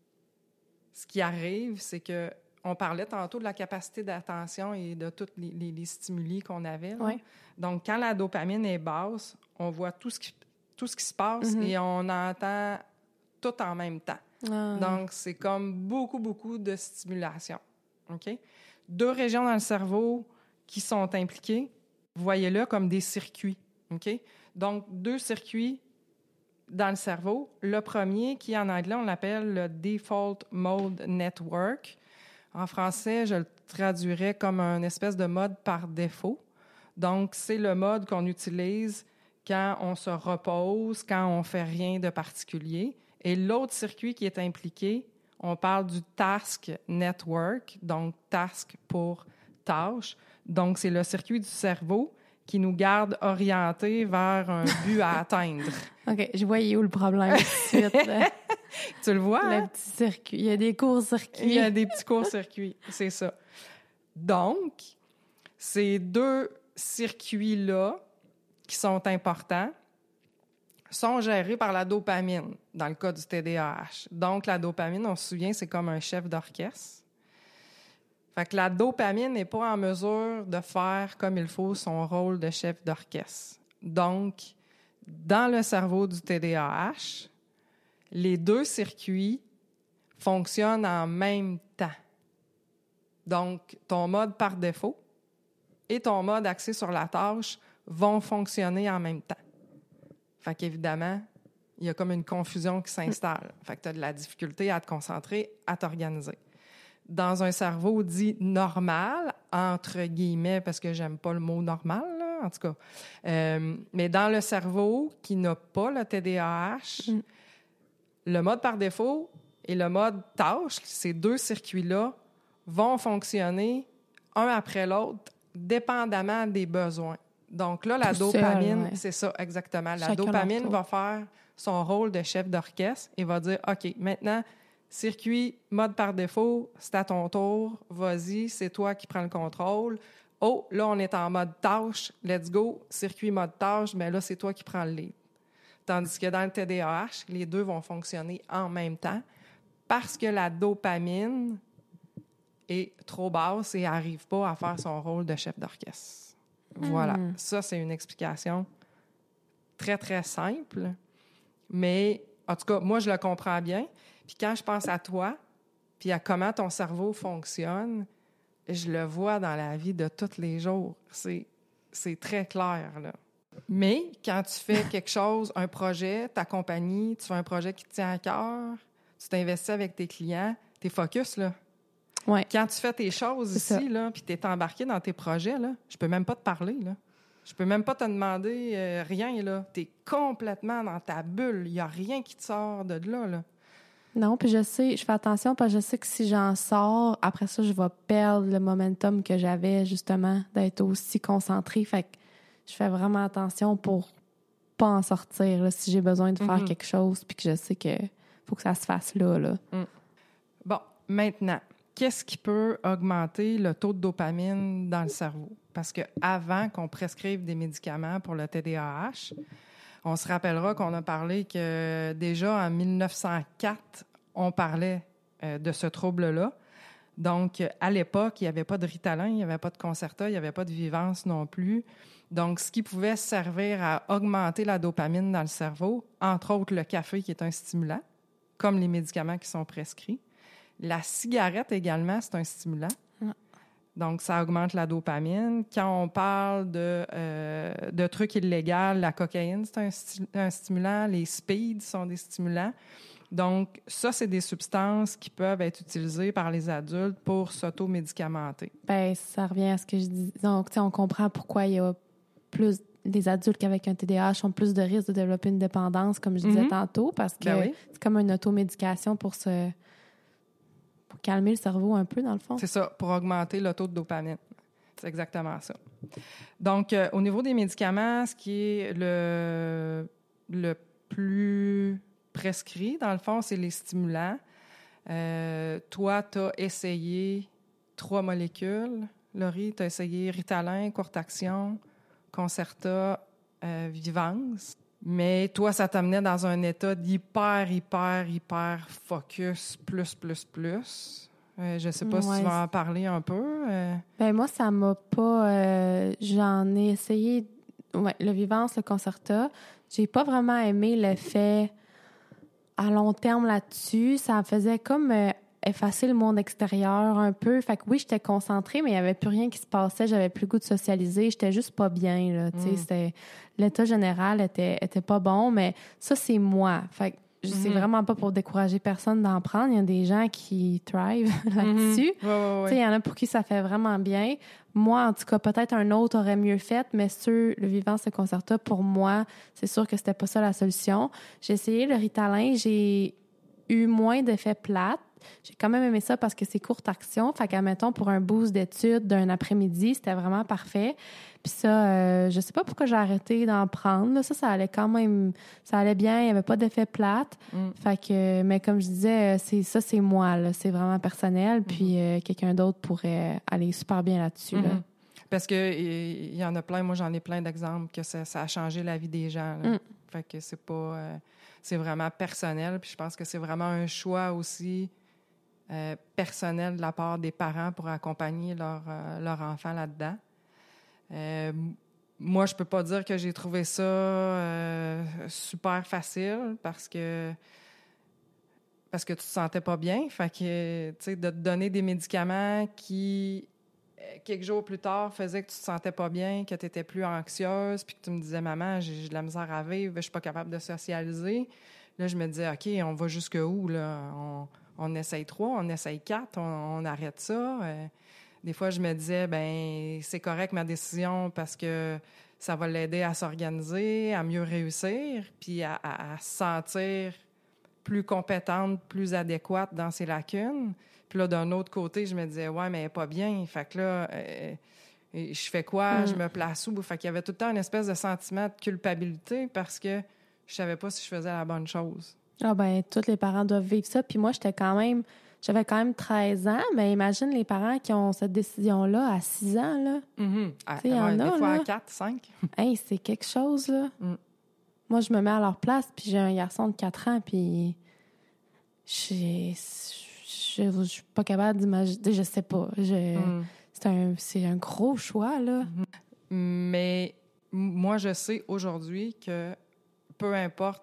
ce qui arrive, c'est que on parlait tantôt de la capacité d'attention et de tous les stimuli qu'on avait. Oui. Donc, quand la dopamine est basse, on voit tout ce qui se passe et on entend tout en même temps. Ah. Donc, c'est comme beaucoup, beaucoup de stimulation. OK? 2 régions dans le cerveau qui sont impliquées, voyez-le comme des circuits. OK? Donc, 2 circuits dans le cerveau. Le premier, qui en anglais, on l'appelle le Default Mode Network. En français, je le traduirais comme une espèce de mode par défaut. Donc, c'est le mode qu'on utilise quand on se repose, quand on ne fait rien de particulier. Et l'autre circuit qui est impliqué, on parle du Task Network, donc task pour tâche. Donc, c'est le circuit du cerveau qui nous garde orientés vers un but à atteindre. OK, je voyais où le problème tout de suite. Là. Tu le vois, hein? Le petit circuit. Il y a des courts-circuits. Il y a des petits courts-circuits, c'est ça. Donc, ces 2 circuits-là, qui sont importants, sont gérés par la dopamine, dans le cas du TDAH. Donc, la dopamine, on se souvient, c'est comme un chef d'orchestre. Fait que la dopamine n'est pas en mesure de faire comme il faut son rôle de chef d'orchestre. Donc, dans le cerveau du TDAH, les 2 circuits fonctionnent en même temps. Donc, ton mode par défaut et ton mode axé sur la tâche vont fonctionner en même temps. Fait qu'évidemment, il y a comme une confusion qui s'installe. Fait que tu as de la difficulté à te concentrer, à t'organiser. Dans un cerveau dit normal, entre guillemets, parce que j'aime pas le mot normal, là, en tout cas. Mais dans le cerveau qui n'a pas le TDAH, le mode par défaut et le mode tâche, ces 2 circuits-là, vont fonctionner un après l'autre, dépendamment des besoins. Donc là, la dopamine, c'est ça, exactement. La dopamine va faire son rôle de chef d'orchestre et va dire, OK, maintenant, circuit, mode par défaut, c'est à ton tour, vas-y, c'est toi qui prends le contrôle. Oh, là, on est en mode tâche, let's go, circuit, mode tâche, mais là, c'est toi qui prends le lead. Tandis que dans le TDAH, les 2 vont fonctionner en même temps parce que la dopamine est trop basse et n'arrive pas à faire son rôle de chef d'orchestre. Voilà, ça, c'est une explication très, très simple, mais en tout cas, moi, je le comprends bien. Puis quand je pense à toi, puis à comment ton cerveau fonctionne, je le vois dans la vie de tous les jours. C'est très clair, là. Mais quand tu fais quelque chose, un projet, ta compagnie, tu fais un projet qui te tient à cœur, tu t'investis avec tes clients, t'es focus, là. Ouais. Quand tu fais tes choses ici, là, puis tu es embarqué dans tes projets, là, je peux même pas te parler, là. Je peux même pas te demander rien, là. Tu es complètement dans ta bulle. Il n'y a rien qui te sort de là, là. Non, puis je sais, je fais attention parce que je sais que si j'en sors, après ça, je vais perdre le momentum que j'avais, justement, d'être aussi concentrée. Fait que je fais vraiment attention pour pas en sortir, là, si j'ai besoin de faire quelque chose puis que je sais que faut que ça se fasse là, là. Bon, maintenant, qu'est-ce qui peut augmenter le taux de dopamine dans le cerveau? Parce qu'avant qu'on prescrive des médicaments pour le TDAH, on se rappellera qu'on a parlé que déjà en 1904, on parlait de ce trouble-là. Donc, à l'époque, il n'y avait pas de Ritalin, il n'y avait pas de Concerta, il n'y avait pas de Vivance non plus. Donc, ce qui pouvait servir à augmenter la dopamine dans le cerveau, entre autres le café qui est un stimulant, comme les médicaments qui sont prescrits, La cigarette également, c'est un stimulant. Donc, ça augmente la dopamine. Quand on parle de trucs illégaux, la cocaïne, c'est un stimulant. Les speeds sont des stimulants. Donc, ça, c'est des substances qui peuvent être utilisées par les adultes pour s'automédicamenter. Bien, ça revient à ce que je dis. Donc, on comprend pourquoi il y a plus... Les adultes qu'avec un TDAH ont plus de risques de développer une dépendance, comme je disais tantôt, parce que c'est comme une automédication pour calmer le cerveau un peu, dans le fond. C'est ça, pour augmenter le taux de dopamine. C'est exactement ça. Donc, au niveau des médicaments, ce qui est le plus prescrit, dans le fond, c'est les stimulants. Toi, tu as essayé 3 molécules. Laurie, tu as essayé Ritalin, courte-action, Concerta, Vivance. Mais toi, ça t'amenait dans un état d'hyper focus, plus. Je sais pas si tu vas en parler un peu. Ben moi, ça m'a pas... j'en ai essayé... le Vivance, le Concerta. J'ai pas vraiment aimé l'effet à long terme là-dessus. Ça faisait comme effacer le monde extérieur un peu. Fait que oui, j'étais concentrée, mais il y avait plus rien qui se passait. J'avais plus le goût de socialiser. J'étais juste pas bien, là. Tu sais, l'état général était pas bon, mais ça, c'est moi. Fait que c'est vraiment pas pour décourager personne d'en prendre. Il y a des gens qui thrive là-dessus. Tu sais, il y en a pour qui ça fait vraiment bien. Moi, en tout cas, peut-être un autre aurait mieux fait, mais sur le Vivance, le Concerta, pour moi, c'est sûr que c'était pas ça la solution. J'ai essayé le Ritalin, j'ai eu moins d'effets plates. J'ai quand même aimé ça parce que c'est courte action. Fait qu'admettons, pour un boost d'études d'un après-midi, c'était vraiment parfait. Puis ça, je sais pas pourquoi j'ai arrêté d'en prendre. Là. Ça allait quand même... Ça allait bien, il y avait pas d'effet plate. Fait que... Mais comme je disais, c'est moi, là. C'est vraiment personnel. Puis quelqu'un d'autre pourrait aller super bien là-dessus, là. Parce que il y en a plein. Moi, j'en ai plein d'exemples que ça a changé la vie des gens. Là. Fait que c'est pas... c'est vraiment personnel. Puis je pense que c'est vraiment un choix aussi... personnel de la part des parents pour accompagner leur enfant là-dedans. Moi, je peux pas dire que j'ai trouvé ça super facile parce que tu te sentais pas bien. Fait que, tu sais, de te donner des médicaments qui, quelques jours plus tard, faisaient que tu te sentais pas bien, que tu étais plus anxieuse, puis que tu me disais « Maman, j'ai de la misère à vivre, je suis pas capable de socialiser. » Là, je me disais « OK, on va jusqu'où, là? On essaye 3, on essaye 4, on arrête ça. » Des fois, je me disais, ben c'est correct ma décision parce que ça va l'aider à s'organiser, à mieux réussir, puis à se sentir plus compétente, plus adéquate dans ses lacunes. Puis là, d'un autre côté, je me disais, ouais, mais elle n'est pas bien. Fait que là, je fais quoi? Je me place où? Fait qu'il y avait tout le temps une espèce de sentiment de culpabilité parce que je savais pas si je faisais la bonne chose. Ah ben, tous les parents doivent vivre ça. Puis moi, j'avais quand même 13 ans, mais imagine les parents qui ont cette décision-là à 6 ans, là. Des fois à 4, 5. Hey, c'est quelque chose, là. Moi, je me mets à leur place, puis j'ai un garçon de 4 ans, puis je suis pas capable d'imaginer. Je sais pas. C'est un gros choix, là. Mais moi, je sais aujourd'hui que peu importe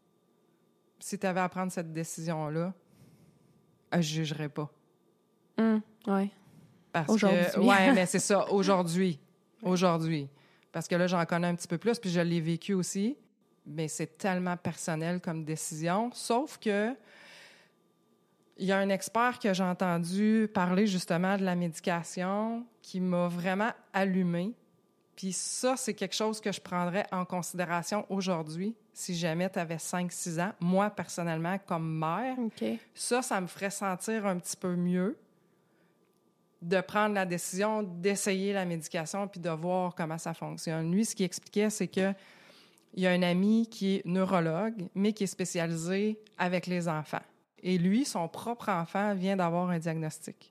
si tu avais à prendre cette décision-là, je jugerais pas. Oui. Parce aujourd'hui. Oui, mais c'est ça, aujourd'hui. Aujourd'hui. Parce que là, j'en connais un petit peu plus, puis je l'ai vécu aussi. Mais c'est tellement personnel comme décision. Sauf que il y a un expert que j'ai entendu parler justement de la médication qui m'a vraiment allumée. Puis ça, c'est quelque chose que je prendrais en considération aujourd'hui si jamais tu avais 5-6 ans. Moi, personnellement, comme mère, ça me ferait sentir un petit peu mieux de prendre la décision d'essayer la médication puis de voir comment ça fonctionne. Lui, ce qu'il expliquait, c'est que il y a un ami qui est neurologue, mais qui est spécialisé avec les enfants. Et lui, son propre enfant vient d'avoir un diagnostic.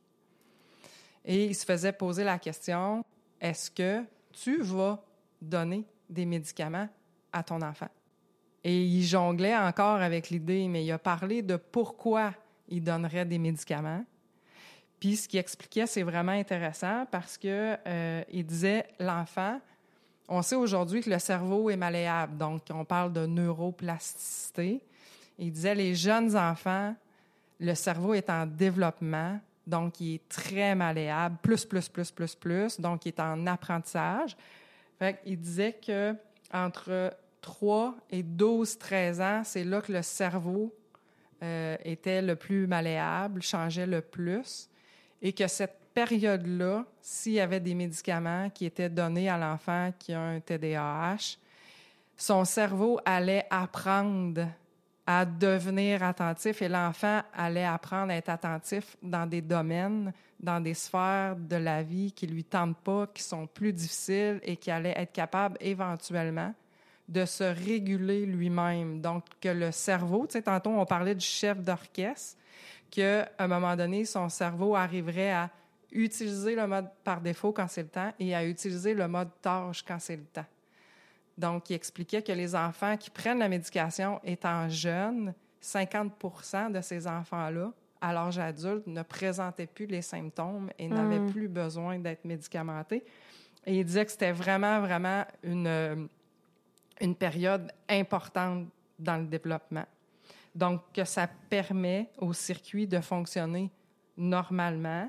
Et il se faisait poser la question, est-ce que tu vas donner des médicaments à ton enfant? Et il jonglait encore avec l'idée, mais il a parlé de pourquoi il donnerait des médicaments. Puis ce qu'il expliquait, c'est vraiment intéressant parce que il disait, l'enfant, on sait aujourd'hui que le cerveau est malléable, donc on parle de neuroplasticité. Il disait, les jeunes enfants, le cerveau est en développement, donc il est très malléable, plus, donc il est en apprentissage. Fait qu'il disait qu'entre 3 et 12-13 ans, c'est là que le cerveau était le plus malléable, changeait le plus, et que cette période-là, s'il y avait des médicaments qui étaient donnés à l'enfant qui a un TDAH, son cerveau allait apprendre à devenir attentif et l'enfant allait apprendre à être attentif dans des domaines, dans des sphères de la vie qui ne lui tentent pas, qui sont plus difficiles et qui allait être capable éventuellement de se réguler lui-même. Donc, que le cerveau, tu sais, tantôt on parlait du chef d'orchestre, qu'à un moment donné, son cerveau arriverait à utiliser le mode par défaut quand c'est le temps et à utiliser le mode tâche quand c'est le temps. Donc, il expliquait que les enfants qui prennent la médication étant jeunes, 50% de ces enfants-là, à l'âge adulte, ne présentaient plus les symptômes et n'avaient plus besoin d'être médicamentés. Et il disait que c'était vraiment, vraiment une période importante dans le développement. Donc, que ça permet au circuit de fonctionner normalement.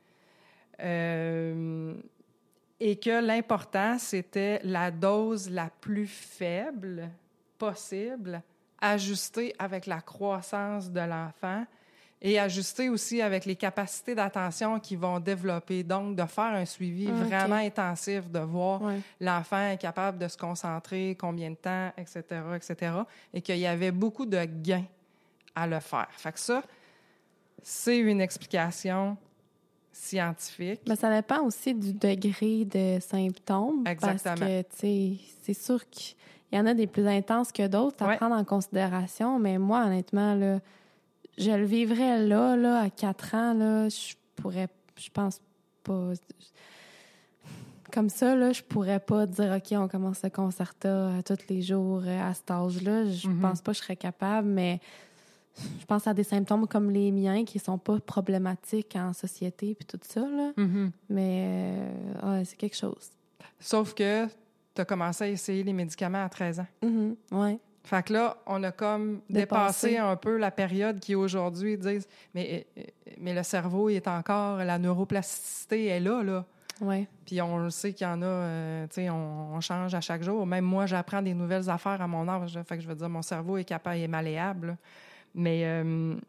Et que l'important, c'était la dose la plus faible possible, ajustée avec la croissance de l'enfant et ajustée aussi avec les capacités d'attention qu'ils vont développer. Donc, de faire un suivi vraiment intensif, de voir l'enfant est capable de se concentrer, combien de temps, etc., etc., et qu'il y avait beaucoup de gains à le faire. Fait que ça, c'est une explication scientifique. Mais ça dépend aussi du degré de symptômes. Exactement. Parce que, tu sais, c'est sûr qu'il y en a des plus intenses que d'autres à prendre en considération. Mais moi, honnêtement, là, je le vivrais là, à 4 ans, là, je pense pas... Comme ça, là, je pourrais pas dire, OK, on commence le concerta tous les jours à cet âge-là. Je pense pas que je serais capable, mais... Je pense à des symptômes comme les miens qui sont pas problématiques en société puis tout ça, là. Mais c'est quelque chose. Sauf que tu as commencé à essayer les médicaments à 13 ans. Oui. Fait que là, on a comme dépassé un peu la période qui aujourd'hui disent mais le cerveau il est encore, la neuroplasticité est là. Oui. Puis on le sait qu'il y en a, tu sais, on change à chaque jour. Même moi, j'apprends des nouvelles affaires à mon âge. Fait que je veux dire, mon cerveau est capable, il est malléable, là. Mais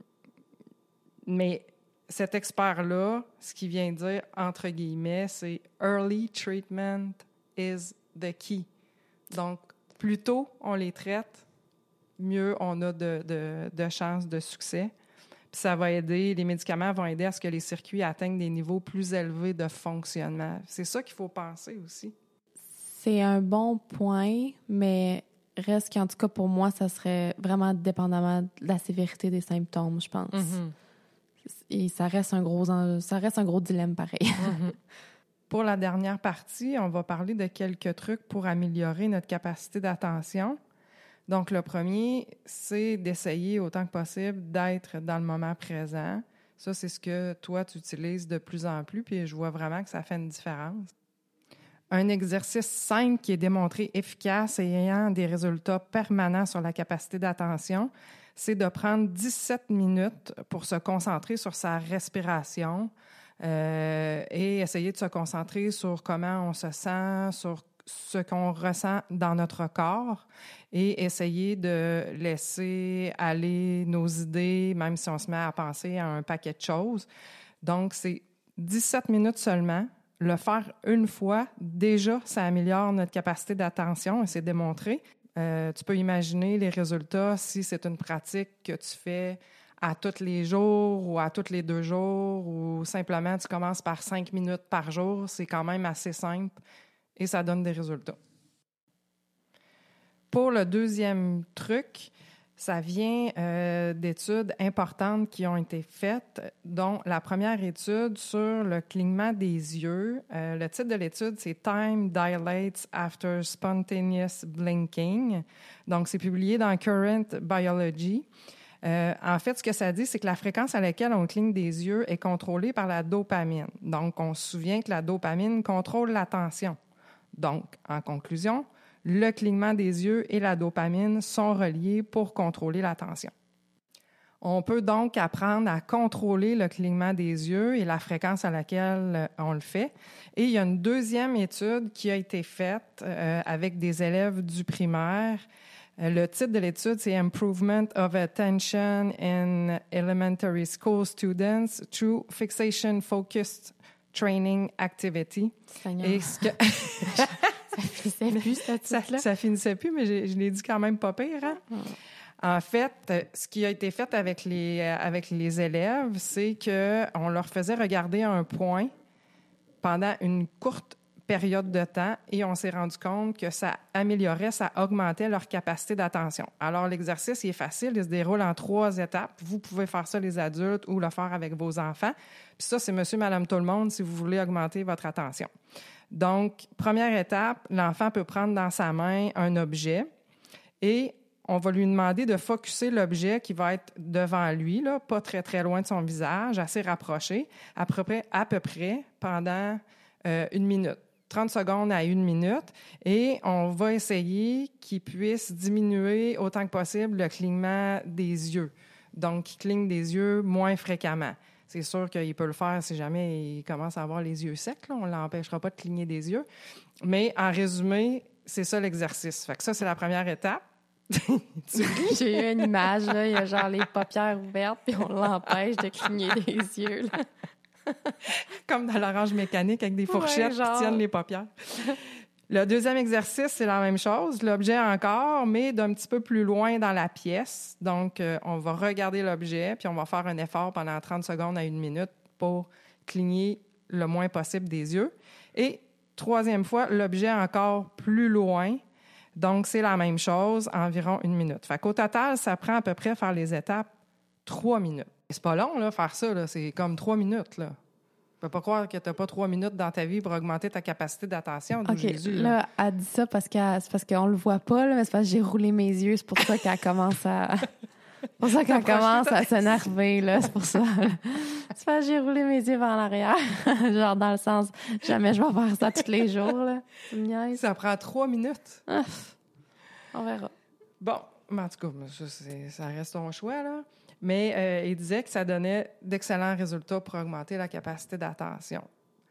cet expert-là, ce qu'il vient dire, entre guillemets, c'est « early treatment is the key ». Donc, plus tôt on les traite, mieux on a de chances de succès. Puis ça va aider, les médicaments vont aider à ce que les circuits atteignent des niveaux plus élevés de fonctionnement. C'est ça qu'il faut penser aussi. C'est un bon point, mais... Reste qu'en tout cas, pour moi, ça serait vraiment dépendamment de la sévérité des symptômes, je pense. Et ça reste un gros dilemme pareil. Pour la dernière partie, on va parler de quelques trucs pour améliorer notre capacité d'attention. Donc, le premier, c'est d'essayer autant que possible d'être dans le moment présent. Ça, c'est ce que toi, tu utilises de plus en plus, puis je vois vraiment que ça fait une différence. Un exercice simple qui est démontré efficace et ayant des résultats permanents sur la capacité d'attention, c'est de prendre 17 minutes pour se concentrer sur sa respiration et essayer de se concentrer sur comment on se sent, sur ce qu'on ressent dans notre corps et essayer de laisser aller nos idées, même si on se met à penser à un paquet de choses. Donc, c'est 17 minutes seulement. Le faire une fois, déjà, ça améliore notre capacité d'attention et c'est démontré. Tu peux imaginer les résultats si c'est une pratique que tu fais à tous les jours ou à tous les 2 jours ou simplement tu commences par 5 minutes par jour. C'est quand même assez simple et ça donne des résultats. Pour le deuxième truc, ça vient d'études importantes qui ont été faites, dont la première étude sur le clignement des yeux. Le titre de l'étude, c'est « Time Dilates After Spontaneous Blinking ». Donc, c'est publié dans Current Biology. En fait, ce que ça dit, c'est que la fréquence à laquelle on cligne des yeux est contrôlée par la dopamine. Donc, on se souvient que la dopamine contrôle l'attention. Donc, en conclusion, le clignement des yeux et la dopamine sont reliés pour contrôler l'attention. On peut donc apprendre à contrôler le clignement des yeux et la fréquence à laquelle on le fait. Et il y a une deuxième étude qui a été faite avec des élèves du primaire. Le titre de l'étude, c'est Improvement of Attention in Elementary School Students through Fixation-Focused Training Activity. Seigneur. Et ce que... Ça finissait plus, cette titre-là. Ça finissait plus, mais je l'ai dit quand même pas pire, hein? En fait, ce qui a été fait avec les élèves, c'est qu'on leur faisait regarder un point pendant une courte période de temps et on s'est rendu compte que ça améliorait, ça augmentait leur capacité d'attention. Alors, l'exercice, il est facile, il se déroule en 3 étapes. Vous pouvez faire ça, les adultes, ou le faire avec vos enfants. Puis ça, c'est monsieur, madame, tout le monde si vous voulez augmenter votre attention. Donc, première étape, l'enfant peut prendre dans sa main un objet et on va lui demander de focusser l'objet qui va être devant lui, là, pas très, très loin de son visage, assez rapproché, à peu près pendant 1 minute. 30 secondes à 1 minute, et on va essayer qu'il puisse diminuer autant que possible le clignement des yeux. Donc, qu'il cligne des yeux moins fréquemment. C'est sûr qu'il peut le faire si jamais il commence à avoir les yeux secs, là. On ne l'empêchera pas de cligner des yeux. Mais en résumé, c'est ça l'exercice. Fait que ça, c'est la première étape. J'ai eu une image, là, il y a genre les paupières ouvertes, puis on l'empêche de cligner des yeux, là. Comme dans l'orange mécanique avec des fourchettes qui tiennent les paupières. Le deuxième exercice, c'est la même chose. L'objet encore, mais d'un petit peu plus loin dans la pièce. Donc, on va regarder l'objet, puis on va faire un effort pendant 30 secondes à 1 minute pour cligner le moins possible des yeux. Et troisième fois, l'objet encore plus loin. Donc, c'est la même chose, environ 1 minute. Fait qu'au total, ça prend à peu près faire les étapes 3 minutes. C'est pas long, là, faire ça, là. C'est comme 3 minutes, là. Tu peux pas croire que tu n'as pas 3 minutes dans ta vie pour augmenter ta capacité d'attention. OK, Jésus, là, elle dit ça c'est parce qu'on le voit pas, là, mais c'est parce que j'ai roulé mes yeux. C'est pour ça qu'elle commence à... C'est pour ça qu'elle commence à s'énerver, là. C'est pour ça. C'est parce que j'ai roulé mes yeux vers l'arrière. Genre dans le sens, jamais je vais faire ça tous les jours, là. Tu me niaises? Ça prend 3 minutes. On verra. Bon, en tout cas, ça reste ton choix, là. Mais il disait que ça donnait d'excellents résultats pour augmenter la capacité d'attention.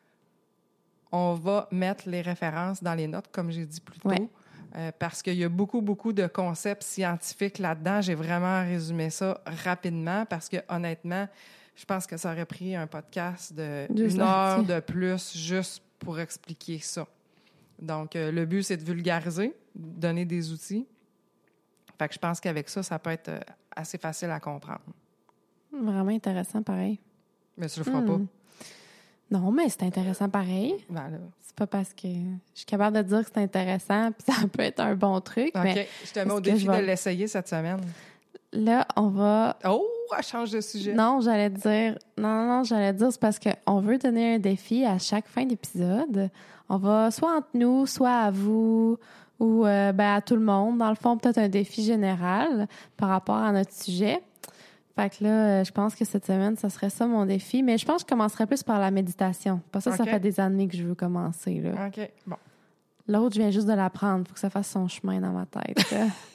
On va mettre les références dans les notes, comme j'ai dit plus tôt, parce qu'il y a beaucoup, beaucoup de concepts scientifiques là-dedans. J'ai vraiment résumé ça rapidement parce que, honnêtement, je pense que ça aurait pris un podcast d'1 heure de plus juste pour expliquer ça. Donc, le but, c'est de vulgariser, donner des outils. Fait que je pense qu'avec ça, ça peut être assez facile à comprendre. Vraiment intéressant, pareil. Mais tu le feras pas. Non, mais c'est intéressant pareil. Voilà. C'est pas parce que je suis capable de dire que c'est intéressant puis ça peut être un bon truc. OK. Mais je te mets au défi de l'essayer cette semaine. Là, on va... Oh, elle change de sujet. Non, j'allais dire c'est parce qu'on veut donner un défi à chaque fin d'épisode. On va soit entre nous, soit à vous... ou à tout le monde. Dans le fond, peut-être un défi général par rapport à notre sujet. Fait que là, je pense que cette semaine, ça serait ça mon défi. Mais je pense que je commencerais plus par la méditation. Parce que ça fait des années que je veux commencer. Là. OK, bon. L'autre, je viens juste de l'apprendre. Il faut que ça fasse son chemin dans ma tête.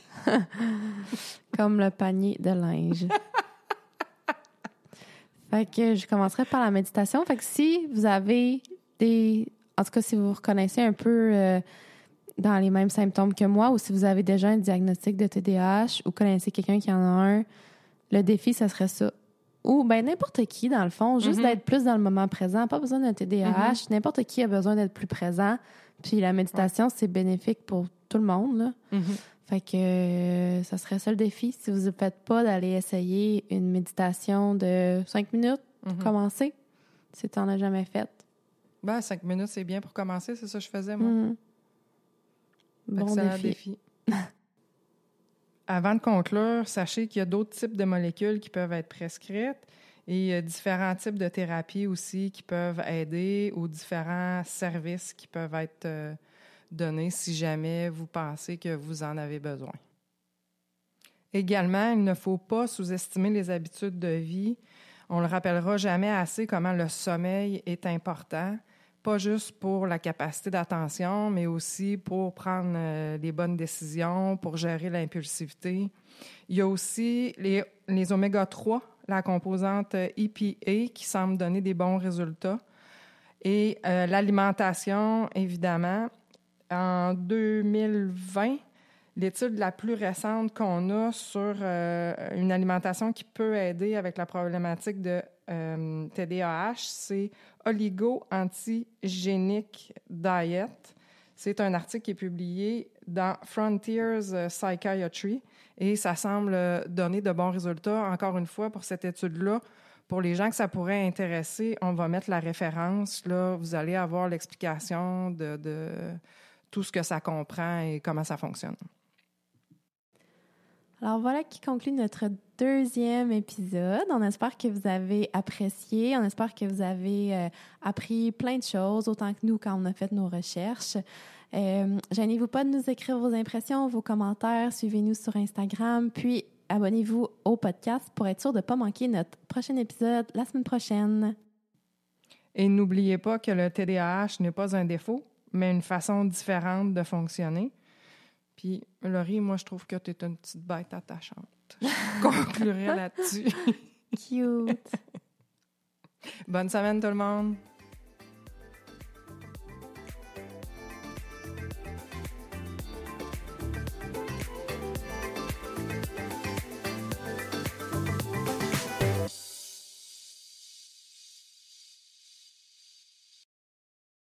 Comme le panier de linge. Fait que je commencerai par la méditation. Fait que si vous avez en tout cas, si vous vous reconnaissez un peu... dans les mêmes symptômes que moi, ou si vous avez déjà un diagnostic de TDAH ou connaissez quelqu'un qui en a un, le défi, ça serait ça. Ou n'importe qui, dans le fond, juste d'être plus dans le moment présent. Pas besoin d'un TDAH. N'importe qui a besoin d'être plus présent. Puis la méditation, c'est bénéfique pour tout le monde, là. Fait que ça serait ça le défi. Si vous ne faites pas d'aller essayer une méditation de 5 minutes pour commencer, si tu n'en as jamais fait. 5 minutes, c'est bien pour commencer. C'est ça que je faisais, moi. Bon défi. Avant de conclure, sachez qu'il y a d'autres types de molécules qui peuvent être prescrites et il y a différents types de thérapies aussi qui peuvent aider ou différents services qui peuvent être donnés si jamais vous pensez que vous en avez besoin. Également, il ne faut pas sous-estimer les habitudes de vie. On ne le rappellera jamais assez comment le sommeil est important pas juste pour la capacité d'attention, mais aussi pour prendre les bonnes décisions, pour gérer l'impulsivité. Il y a aussi les oméga-3, la composante EPA, qui semble donner des bons résultats. Et l'alimentation, évidemment. En 2020, l'étude la plus récente qu'on a sur une alimentation qui peut aider avec la problématique de TDAH, c'est Oligo-Antigenic Diet. C'est un article qui est publié dans Frontiers Psychiatry et ça semble donner de bons résultats. Encore une fois, pour cette étude-là, pour les gens que ça pourrait intéresser, on va mettre la référence. Là, vous allez avoir l'explication de tout ce que ça comprend et comment ça fonctionne. Alors voilà qui conclut notre 2e épisode. On espère que vous avez apprécié. On espère que vous avez appris plein de choses, autant que nous quand on a fait nos recherches. Gênez-vous pas de nous écrire vos impressions, vos commentaires. Suivez-nous sur Instagram. Puis, abonnez-vous au podcast pour être sûr de ne pas manquer notre prochain épisode la semaine prochaine. Et n'oubliez pas que le TDAH n'est pas un défaut, mais une façon différente de fonctionner. Puis, Laurie, moi, je trouve que tu es une petite bête attachante. Je conclurai là-dessus. Cute. Bonne semaine, tout le monde!